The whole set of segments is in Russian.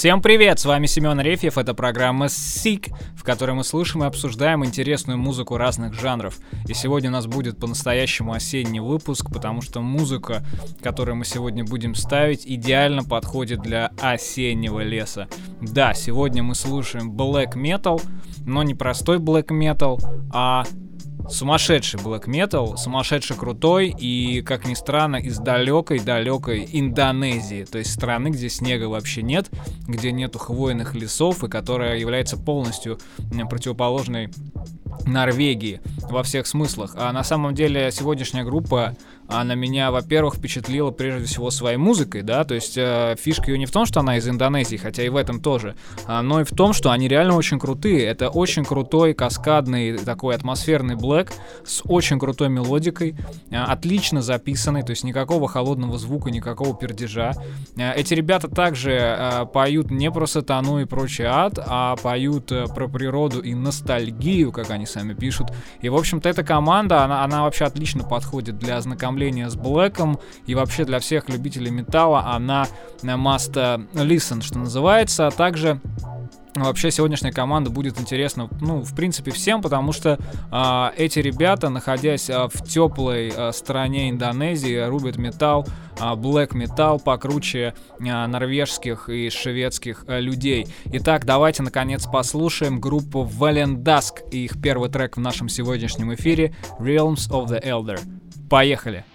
Всем привет, с вами Семен Рефьев, это программа Seek, в которой мы слушаем и обсуждаем интересную музыку разных жанров. И сегодня у нас будет по-настоящему осенний выпуск, потому что музыка, которую мы сегодня будем ставить, идеально подходит для осеннего леса. Да, сегодня мы слушаем Black Metal, но не простой Black Metal, а сумасшедший Black Metal, сумасшедший крутой и, как ни странно, из далекой-далекой Индонезии, то есть страны, где снега вообще нет, где нету хвойных лесов и которая является полностью противоположной Норвегии во всех смыслах. А на самом деле сегодняшняя группа, она меня, во-первых, впечатлила прежде всего своей музыкой, да, то есть фишка ее не в том, что она из Индонезии, хотя и в этом тоже, но и в том, что они реально очень крутые. Это очень крутой, каскадный, такой атмосферный блэк с очень крутой мелодикой, отлично записанный, то есть никакого холодного звука, никакого пердежа. Эти ребята также поют не про сатану и прочий ад, а поют про природу и ностальгию, как они сами пишут. И, в общем-то, эта команда, она вообще отлично подходит для ознакомления с блэком и вообще для всех любителей металла она must listen, что называется. А также вообще сегодняшняя команда будет интересна, в принципе, всем, потому что эти ребята, находясь в теплой стране Индонезии, рубят металл, блэк металл покруче норвежских и шведских людей. Итак, давайте наконец послушаем группу Valendask и их первый трек в нашем сегодняшнем эфире Realms of the Elder. Поехали!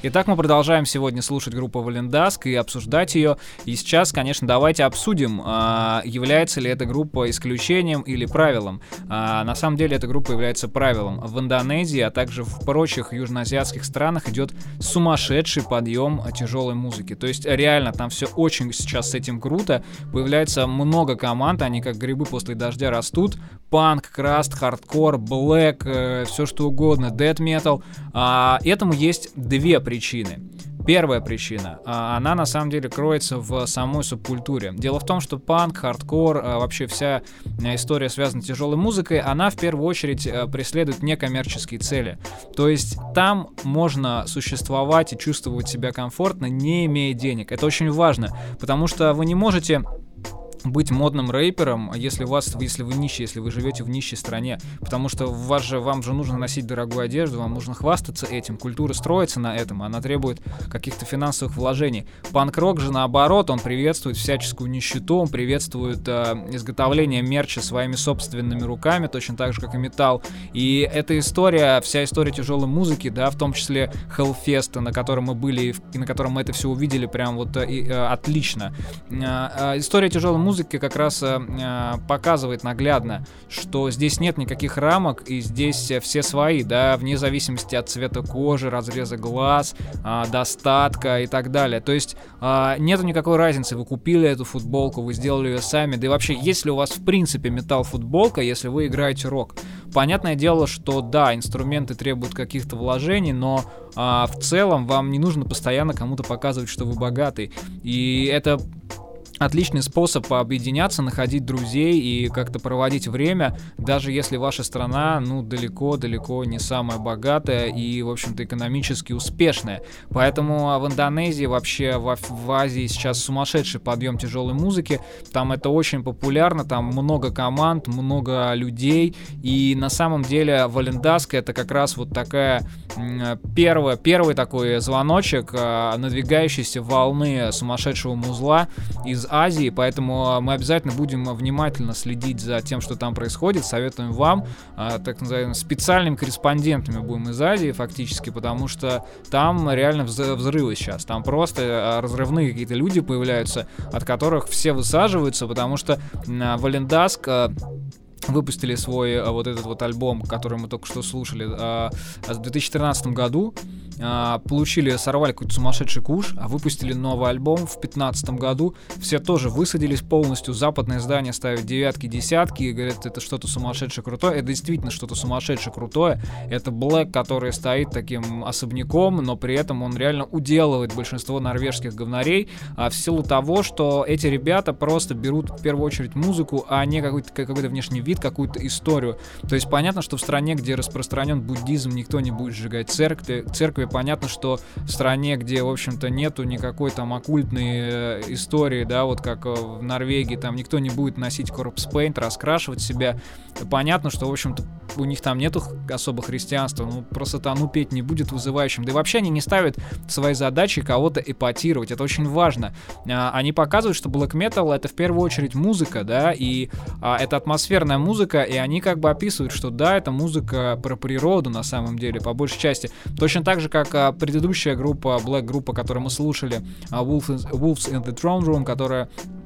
Итак, мы продолжаем сегодня слушать группу Валендаsk и обсуждать ее. И сейчас, конечно, давайте обсудим, является ли эта группа исключением или правилом. На самом деле эта группа является правилом. В Индонезии, а также в прочих южноазиатских странах идет сумасшедший подъем тяжелой музыки. То есть реально там все очень сейчас с этим круто. Появляется много команд, они как грибы после дождя растут. Панк, краст, хардкор, блэк, все что угодно, дэт метал. Этому есть две причины. Первая причина, она на самом деле кроется в самой субкультуре. Дело в том, что панк, хардкор, вообще вся история, связанная с тяжелой музыкой, она в первую очередь преследует некоммерческие цели. То есть там можно существовать и чувствовать себя комфортно, не имея денег. Это очень важно, потому что вы не можете быть модным рэпером, если вы нищий, если вы живете в нищей стране, потому что вам же нужно носить дорогую одежду, вам нужно хвастаться этим, культура строится на этом, она требует каких-то финансовых вложений. Панк-рок же наоборот, он приветствует всяческую нищету, он приветствует изготовление мерча своими собственными руками, точно так же, как и металл. И эта история, вся история тяжелой музыки, да, в том числе Hellfest, на котором мы были и на котором мы это все увидели прям вот отлично. История тяжелой музыки как раз показывает наглядно, что здесь нет никаких рамок, и здесь все свои, да, вне зависимости от цвета кожи, разреза глаз, достатка и так далее. То есть нету никакой разницы, вы купили эту футболку, вы сделали ее сами, да и вообще, есть ли у вас в принципе металл-футболка, если вы играете рок? Понятное дело, что да, инструменты требуют каких-то вложений, но в целом вам не нужно постоянно кому-то показывать, что вы богатый. И это отличный способ объединяться, находить друзей и как-то проводить время, даже если ваша страна, далеко-далеко не самая богатая и, в общем-то, экономически успешная. Поэтому в Индонезии, вообще в Азии сейчас сумасшедший подъем тяжелой музыки. Там это очень популярно, там много команд, много людей. И на самом деле Валендаsk — это как раз вот такая первый такой звоночек надвигающейся волны сумасшедшего музла из Азии, поэтому мы обязательно будем внимательно следить за тем, что там происходит. Советуем вам, так называемым специальными корреспондентами будем из Азии фактически, потому что там реально взрывы сейчас. Там просто разрывные какие-то люди появляются, от которых все высаживаются, потому что Валендаsk выпустили свой вот этот вот альбом, который мы только что слушали, в 2013 году. Сорвали какой-то сумасшедший куш, выпустили новый альбом в 2015 году. Все тоже высадились полностью. Западные издания ставят девятки, десятки и говорят, это что-то сумасшедшее крутое. Это действительно что-то сумасшедшее крутое. Это Блэк, который стоит таким особняком, но при этом он реально уделывает большинство норвежских говнарей, в силу того, что эти ребята просто берут в первую очередь музыку, а не какой-то внешний вид, какую-то историю. То есть понятно, что в стране, где распространен буддизм, никто не будет сжигать церкви. Понятно, что в стране, где, в общем-то, нету никакой там оккультной истории, да, вот как в Норвегии, там никто не будет носить корпс-пейнт, раскрашивать себя. Понятно, что, в общем-то, у них там нету особо христианства, просто там, петь не будет вызывающим. Да и вообще они не ставят своей задачей кого-то эпатировать, это очень важно. Они показывают, что black metal — это в первую очередь музыка, да, и это атмосферная музыка, и они как бы описывают, что да, это музыка про природу на самом деле, по большей части. Точно так же, как предыдущая группа, Black-группа, которую мы слушали, Wolves in the Throne Room, которая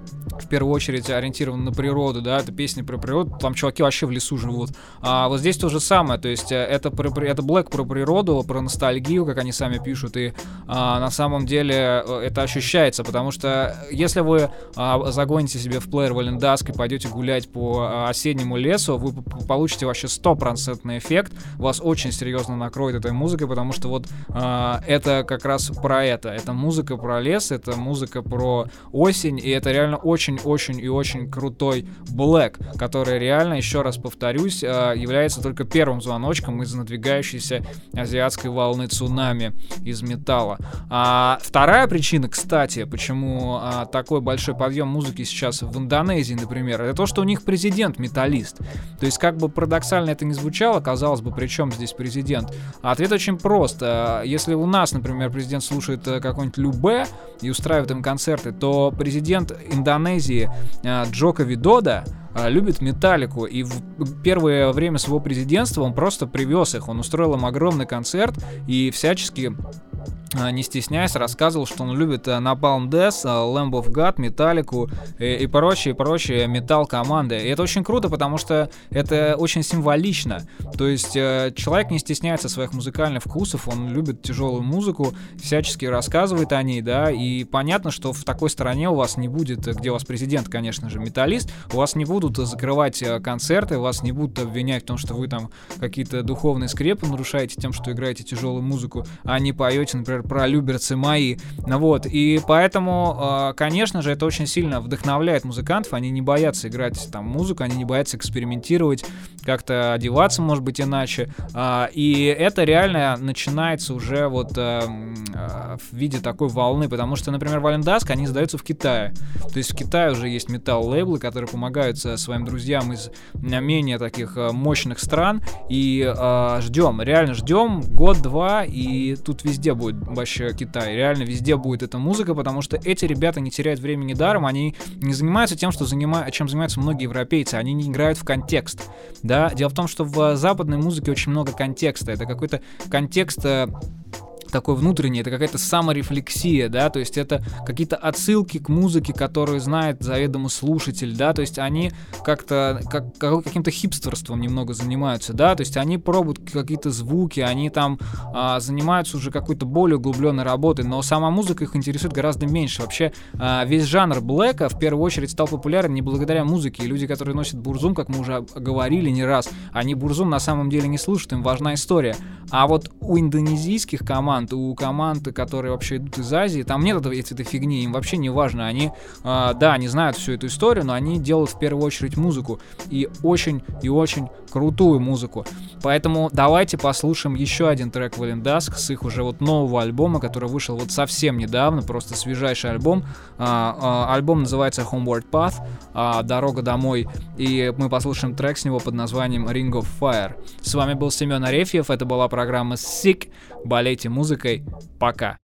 в первую очередь ориентирован на природу, да, это песни про природу, там чуваки вообще в лесу живут. Вот здесь то же самое, то есть это Black про природу, про ностальгию, как они сами пишут, и на самом деле это ощущается, потому что если вы загоните себе в плеер Валендаsk и пойдете гулять по осеннему лесу, вы получите вообще 100% эффект, вас очень серьезно накроет этой музыкой, потому что вот это как раз про это музыка про лес, это музыка про осень, и это реально очень-очень и очень крутой Black, который реально, еще раз повторюсь, является только первым звоночком из надвигающейся азиатской волны цунами из металла. Вторая причина, кстати, почему такой большой подъем музыки сейчас в Индонезии, например, это то, что у них президент металлист. То есть, как бы парадоксально это ни звучало, казалось бы, при чем здесь президент? Ответ очень прост. Если у нас, например, президент слушает какой-нибудь Любэ и устраивает им концерты, то президент Индонезии Джоко Видодо любит Металлику, и в первое время своего президентства он просто привез их, он устроил им огромный концерт и всячески не стесняясь, рассказывал, что он любит Napalm Death, Lamb of God, Металлику и прочие металл-команды. И это очень круто, потому что это очень символично. То есть человек не стесняется своих музыкальных вкусов, он любит тяжелую музыку, всячески рассказывает о ней, да, и понятно, что в такой стране у вас не будет, где у вас президент, конечно же, металлист, у вас не будут закрывать концерты, вас не будут обвинять в том, что вы там какие-то духовные скрепы нарушаете тем, что играете тяжелую музыку, а не поете, например, про «Люберцы мои». Вот. И поэтому, конечно же, это очень сильно вдохновляет музыкантов. Они не боятся играть там музыку, они не боятся экспериментировать, как-то одеваться, может быть, иначе. И это реально начинается уже вот в виде такой волны, потому что, например, Вален Даск, они издаются в Китае. То есть в Китае уже есть металл-лейблы, которые помогают своим друзьям из менее таких мощных стран. И ждем, реально ждем год-два, и тут везде будет вообще Китай. Реально везде будет эта музыка, потому что эти ребята не теряют времени даром, они не занимаются тем, чем занимаются многие европейцы, они не играют в контекст. Да? Дело в том, что в западной музыке очень много контекста. Это какой-то контекст такой внутренний, это какая-то саморефлексия, да, то есть это какие-то отсылки к музыке, которую знает заведомо слушатель, да, то есть они как-то каким-то хипстерством немного занимаются, да, то есть они пробуют какие-то звуки, они там занимаются уже какой-то более углубленной работой, но сама музыка их интересует гораздо меньше. Вообще весь жанр блэка в первую очередь стал популярен не благодаря музыке, и люди, которые носят бурзум, как мы уже говорили не раз, они бурзум на самом деле не слушают, им важна история. А вот у индонезийских команд, у команд, которые вообще идут из Азии, там нет этой фигни, им вообще не важно. Они, да, они знают всю эту историю, но они делают в первую очередь музыку. И очень крутую музыку. Поэтому давайте послушаем еще один трек Вален Даск с их уже вот нового альбома, который вышел вот совсем недавно, просто свежайший альбом. Альбом называется Homeward Path, «Дорога домой». И мы послушаем трек с него под названием Ring of Fire. С вами был Семен Арефьев, это была программа Sick. Болейте музыкой. Пока.